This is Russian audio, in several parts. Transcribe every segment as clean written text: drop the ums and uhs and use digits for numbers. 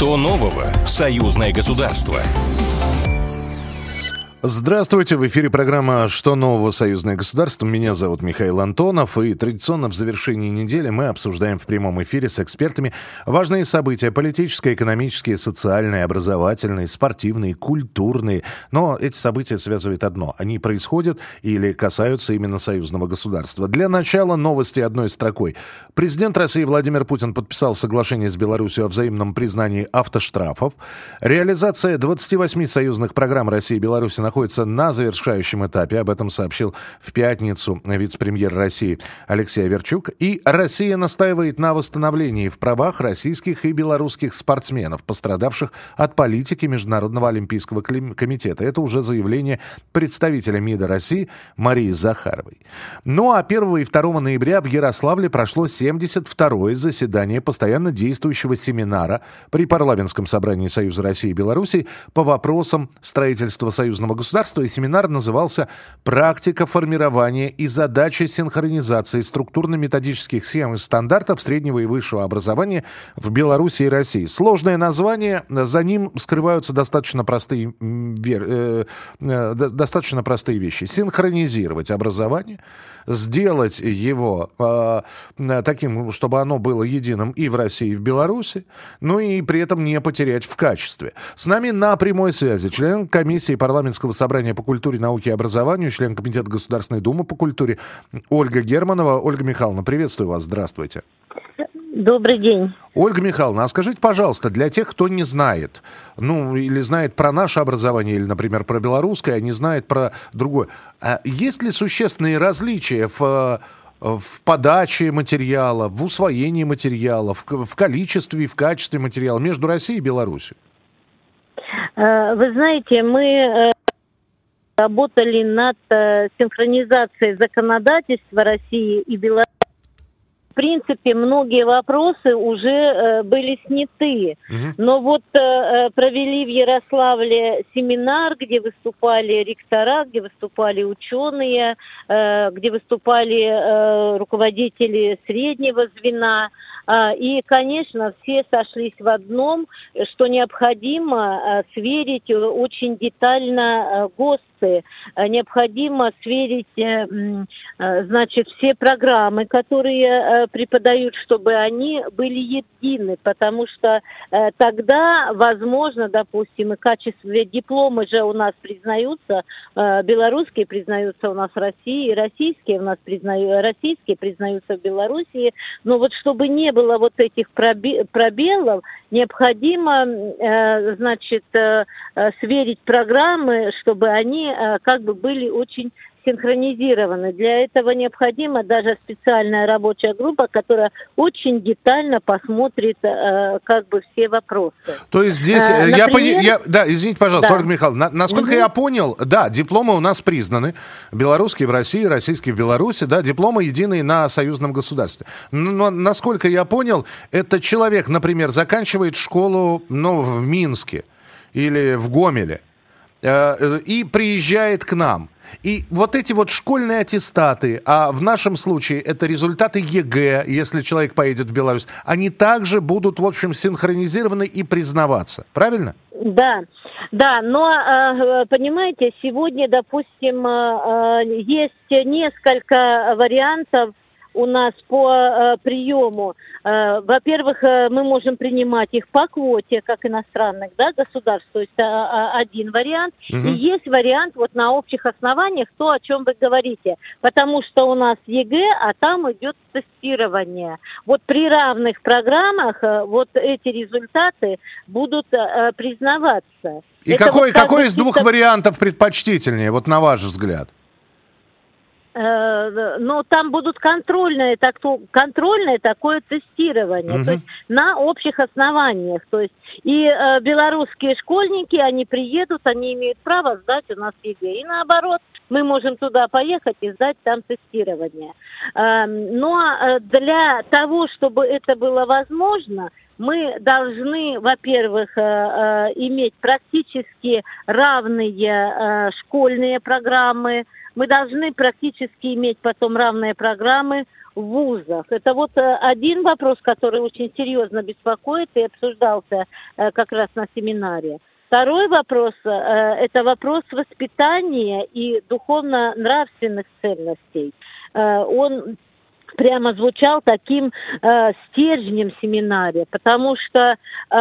Что нового в союзное государство? Здравствуйте, в эфире программа «Что нового? Союзное государство». Меня зовут Михаил Антонов, и традиционно в завершении недели мы обсуждаем в прямом эфире с экспертами важные события: политические, экономические, социальные, образовательные, спортивные, культурные. Но эти события связывает одно: они происходят или касаются именно союзного государства. Для начала новости одной строкой. Президент России Владимир Путин подписал соглашение с Беларусью о взаимном признании автоштрафов. Реализация 28 союзных программ России и Беларуси находится на завершающем этапе. Об этом сообщил в пятницу вице-премьер России Алексей Аверчук. И Россия настаивает на восстановлении в правах российских и белорусских спортсменов, пострадавших от политики Международного олимпийского комитета. Это уже заявление представителя МИДа России Марии Захаровой. Ну а 1 и 2 ноября в Ярославле прошло 72-е заседание постоянно действующего семинара при парламентском собрании Союза России и Беларуси по вопросам строительства союзного государства, и семинар назывался «Практика формирования и задачи синхронизации структурно-методических схем и стандартов среднего и высшего образования в Беларуси и России». Сложное название, за ним скрываются достаточно простые вещи. Синхронизировать образование, сделать его таким, чтобы оно было единым и в России, и в Беларуси, но и при этом не потерять в качестве. С нами на прямой связи член комиссии парламентского собрания по культуре, науке и образованию, член комитета Государственной Думы по культуре Ольга Германова. Ольга Михайловна, приветствую вас, здравствуйте. Добрый день. Ольга Михайловна, а скажите, пожалуйста, для тех, кто не знает, или знает про наше образование, или, например, про белорусское, а не знает про другое, есть ли существенные различия в подаче материала, в усвоении материала, в количестве и в качестве материала между Россией и Беларусью? Вы знаете, мы работали над синхронизацией законодательства России и Беларуси. В принципе, многие вопросы уже были сняты. Но вот провели в Ярославле семинар, где выступали ректора, где выступали ученые, где выступали руководители среднего звена. И, конечно, все сошлись в одном, что необходимо сверить очень детально ГОСТы, необходимо сверить, значит, все программы, которые преподают, чтобы они были едины, потому что тогда, возможно, допустим, и качество дипломы же у нас признаются, белорусские признаются у нас в России, и российские признаются в Белоруссии, но вот чтобы не было вот этих пробелов, необходимо, значит, сверить программы, чтобы они как бы были очень синхронизированы. Для этого необходима даже специальная рабочая группа, которая очень детально посмотрит как бы все вопросы. То есть здесь, да, извините, пожалуйста, да. Ольга Михайловна, насколько я понял, да, дипломы у нас признаны, белорусские в России, российские в Беларуси, да, дипломы единые на союзном государстве. Но, насколько я понял, это человек, например, заканчивает школу, в Минске или в Гомеле и приезжает к нам. И вот эти вот школьные аттестаты, а в нашем случае это результаты ЕГЭ, если человек поедет в Беларусь, они также будут, в общем, синхронизированы и признаваться. Правильно? Да, но, понимаете, сегодня, допустим, есть несколько вариантов у нас по приему. Во-первых, мы можем принимать их по квоте, как иностранных, да, государств, то есть один вариант. И есть вариант вот на общих основаниях, то, о чем вы говорите. Потому что у нас ЕГЭ, а там идет тестирование. Вот при равных программах вот эти результаты будут признаваться. И какой из двух вариантов предпочтительнее, вот на ваш взгляд? Но там будут контрольное такое тестирование, то есть на общих основаниях. То есть и белорусские школьники, они приедут, они имеют право сдать у нас ЕГЭ. И наоборот, мы можем туда поехать и сдать там тестирование. Но для того, чтобы это было возможно, мы должны, во-первых, иметь практически равные школьные программы, мы должны практически иметь потом равные программы в вузах. Это вот один вопрос, который очень серьезно беспокоит и обсуждался как раз на семинаре. Второй вопрос – это вопрос воспитания и духовно-нравственных ценностей. Он прямо звучал таким стержнем в семинаре, потому что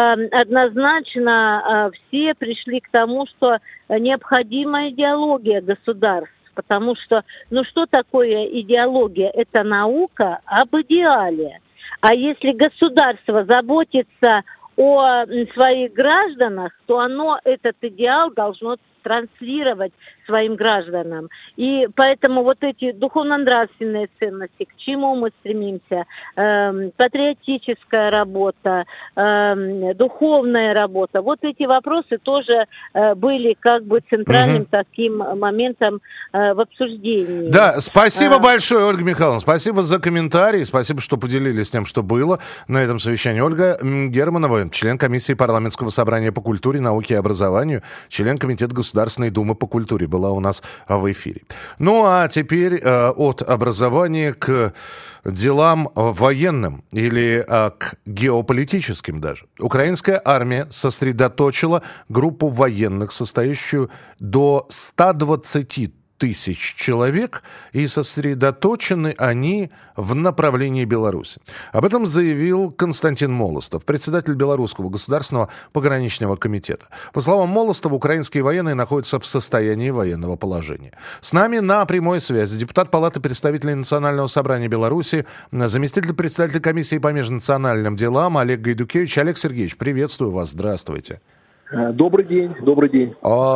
однозначно все пришли к тому, что необходима идеология государств, потому что, что такое идеология? Это наука об идеале. А если государство заботится о своих гражданах, то оно этот идеал должно транслировать своим гражданам. И поэтому вот эти духовно-нравственные ценности, к чему мы стремимся, патриотическая работа, духовная работа, вот эти вопросы тоже были как бы центральным таким моментом в обсуждении. Да, спасибо большое, Ольга Михайловна, спасибо за комментарии, спасибо, что поделились тем, что было на этом совещании. Ольга Германова, член комиссии Парламентского собрания по культуре, науке и образованию, член комитета Государственной Думы по культуре, была у нас в эфире. Ну а теперь от образования к делам военным или к геополитическим даже. Украинская армия сосредоточила группу военных, состоящую до 120 тысяч человек, и сосредоточены они в направлении Беларуси. Об этом заявил Константин Молостов, председатель Белорусского государственного пограничного комитета. По словам Молостова, украинские военные находятся в состоянии военного положения. С нами на прямой связи депутат Палаты представителей Национального собрания Беларуси, заместитель председателя комиссии по межнациональным делам Олег Гайдукевич. Олег Сергеевич, приветствую вас, здравствуйте. Добрый день, добрый день.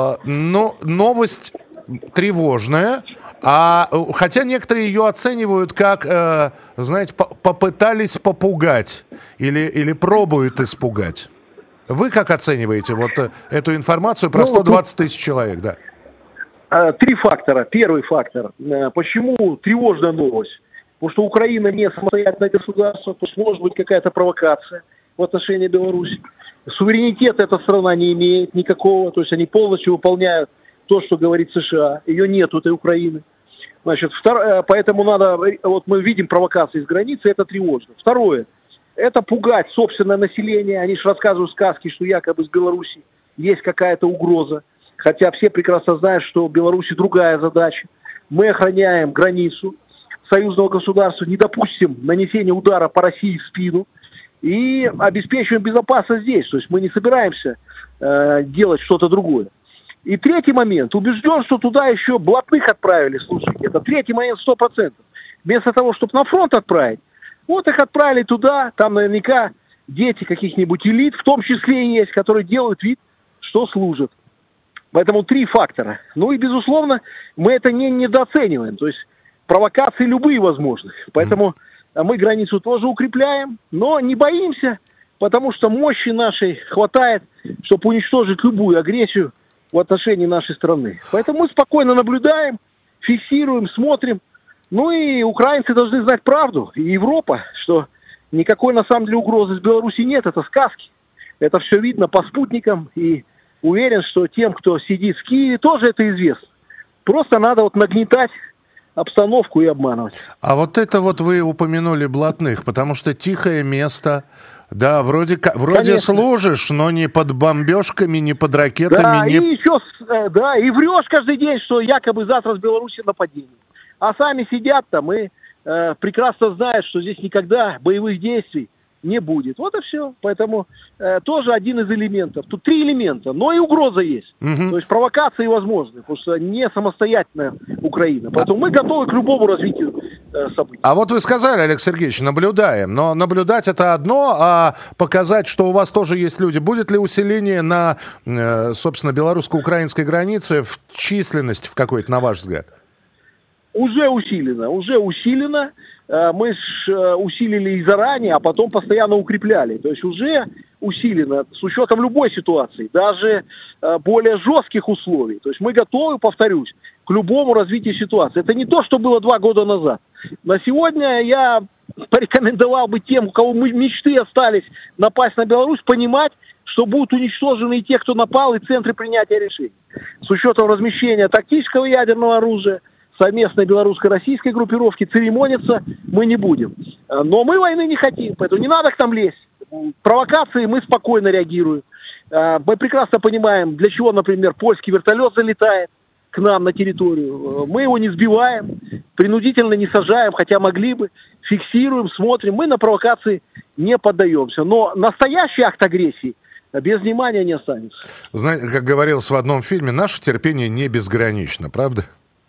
Новость тревожная, хотя некоторые ее оценивают как, знаете, попытались попугать или пробуют испугать. Вы как оцениваете вот эту информацию про 120 тысяч человек? Да. Три фактора. Первый фактор. Почему тревожная новость? Потому что Украина не самостоятельное государство, то есть может быть какая-то провокация в отношении Беларуси. Суверенитета эта страна не имеет никакого, то есть они полностью выполняют то, что говорит США. Ее нет, этой Украины. Значит, поэтому надо, вот мы видим провокации с границы, это тревожно. Второе, это пугать собственное население. Они же рассказывают сказки, что якобы с Беларуси есть какая-то угроза. Хотя все прекрасно знают, что в Беларуси другая задача. Мы охраняем границу союзного государства, не допустим нанесения удара по России в спину и обеспечиваем безопасность здесь. То есть мы не собираемся делать что-то другое. И третий момент. Убежден, что туда еще блатных отправили служить. Это третий момент 100%. Вместо того, чтобы на фронт отправить, вот их отправили туда. Там наверняка дети каких-нибудь элит, в том числе есть, которые делают вид, что служат. Поэтому три фактора. Ну и, безусловно, мы это не недооцениваем. То есть провокации любые возможны. Поэтому мы границу тоже укрепляем, но не боимся, потому что мощи нашей хватает, чтобы уничтожить любую агрессию в отношении нашей страны. Поэтому мы спокойно наблюдаем, фиксируем, смотрим. Ну и украинцы должны знать правду, и Европа, что никакой на самом деле угрозы с Беларуси нет, это сказки. Это все видно по спутникам, и уверен, что тем, кто сидит в Киеве, тоже это известно. Просто надо вот нагнетать обстановку и обманывать. А вот это вот вы упомянули блатных, потому что тихое место, да, вроде служишь, но не под бомбежками, не под ракетами. Да, и еще, да, и врешь каждый день, что якобы завтра с Беларуси нападение. А сами сидят там и прекрасно знают, что здесь никогда боевых действий не будет. Вот и все. Поэтому тоже один из элементов. Тут три элемента, но и угроза есть. То есть провокации возможны, потому что не самостоятельная Украина. Поэтому мы готовы к любому развитию событий. А вот вы сказали, Олег Сергеевич, наблюдаем. Но наблюдать это одно, а показать, что у вас тоже есть люди. Будет ли усиление на, собственно, белорусско-украинской границе в численности в какой-то, на ваш взгляд? Уже усилено. Мы усилили и заранее, а потом постоянно укрепляли. То есть уже усилено с учетом любой ситуации, даже более жестких условий. То есть мы готовы, повторюсь, к любому развитию ситуации. Это не то, что было 2 года назад. На сегодня я порекомендовал бы тем, у кого мечты остались напасть на Беларусь, понимать, что будут уничтожены и те, кто напал, и центры принятия решений. С учетом размещения тактического ядерного оружия, совместной белорусско-российской группировки, церемониться мы не будем. Но мы войны не хотим, поэтому не надо к нам лезть. Провокации мы спокойно реагируем. Мы прекрасно понимаем, для чего, например, польский вертолет залетает к нам на территорию. Мы его не сбиваем, принудительно не сажаем, хотя могли бы, фиксируем, смотрим. Мы на провокации не поддаемся. Но настоящий акт агрессии без внимания не останется. Знаете, как говорилось в одном фильме, наше терпение не безгранично, правда?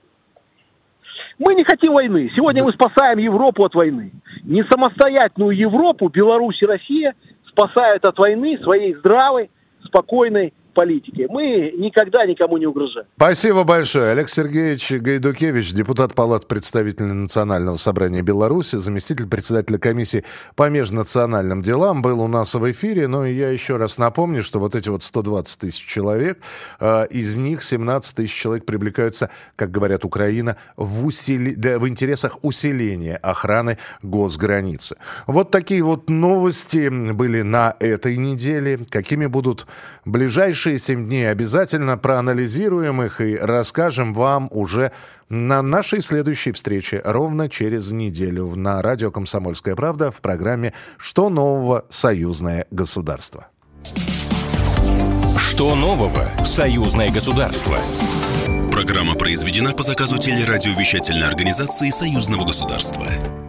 Мы не хотим войны. Сегодня мы спасаем Европу от войны. Не самостоятельную Европу, Беларусь и Россия спасают от войны своей здравой, спокойной политики. Мы никогда никому не угрожаем. Спасибо большое. Олег Сергеевич Гайдукевич, депутат Палаты представителей Национального собрания Беларуси, заместитель председателя комиссии по межнациональным делам, был у нас в эфире. Но я еще раз напомню, что вот эти вот 120 тысяч человек, из них 17 тысяч человек привлекаются, как говорят Украина, в интересах усиления охраны госграницы. Вот такие вот новости были на этой неделе. Какими будут ближайшие 7 дней, обязательно проанализируем их и расскажем вам уже на нашей следующей встрече ровно через неделю на радио «Комсомольская правда» в программе «Что нового? Союзное государство». Что нового? Союзное государство. Программа произведена по заказу телерадиовещательной организации Союзного государства.